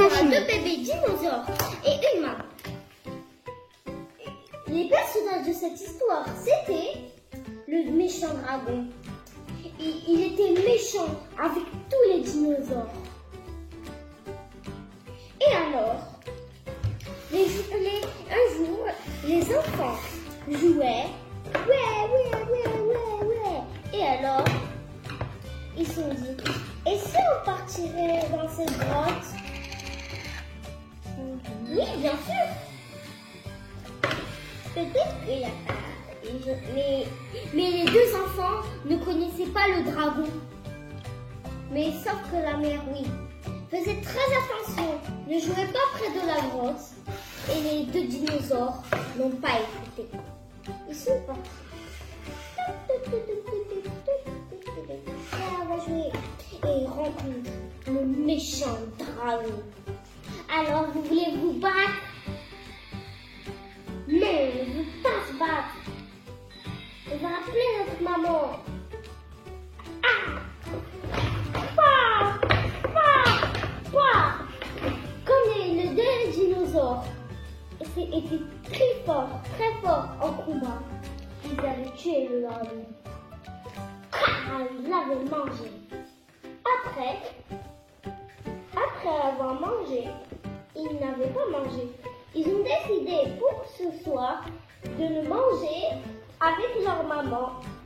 aura 2 bébés dinosaures et une maman. Les personnages de cette histoire, c'était le méchant dragon. Il était méchant avec tous les dinosaures. Et alors, un jour, les enfants jouaient. Ouais. Et alors, ils se sont dit, et si on partirait dans cette grotte? Oui, bien sûr. Peut-être qu'il y a... Mais les 2 enfants ne connaissaient pas le dragon. Mais sauf que la mère, oui. Faisait très attention. Ne jouait pas près de la grotte. Et les 2 dinosaures n'ont pas écouté. Ils sont partis. Et on va jouer. Et ils rencontrent le méchant dragon. Alors, vous voulez vous battre? Mais on ne veut pas se battre. On va appeler notre maman. Comme le dernier dinosaure était très fort en combat, ils avaient tué le dragon. Ils l'avaient mangé. Après avoir mangé, ils n'avaient pas mangé. Ils ont décidé pour ce soir de le manger avec leur maman.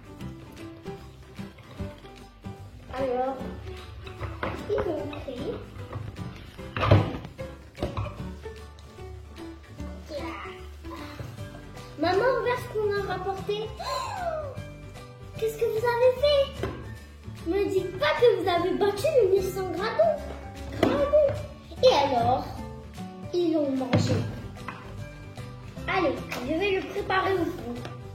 Alors, ils ont pris. Maman, regarde ce qu'on a rapporté. Qu'est-ce que vous avez fait? Ne dites pas que vous avez battu le méchant dragon. Et alors, ils l'ont mangé. Allez, je vais le préparer au four.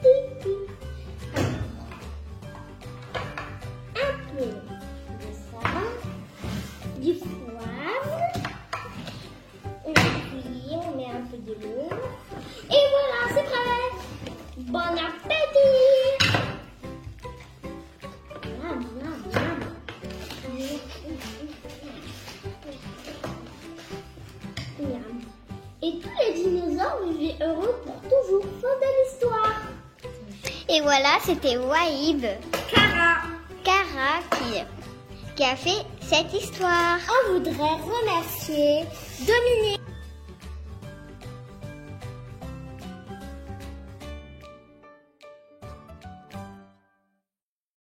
Un peu de ça, du poivre, on met un peu de l'eau. Et voilà, c'est prêt. Bon appétit. Et tous les dinosaures vivaient heureux pour toujours. Fin de l'histoire. Et voilà, c'était Wahib, Cara qui a fait cette histoire. On voudrait remercier Dominique.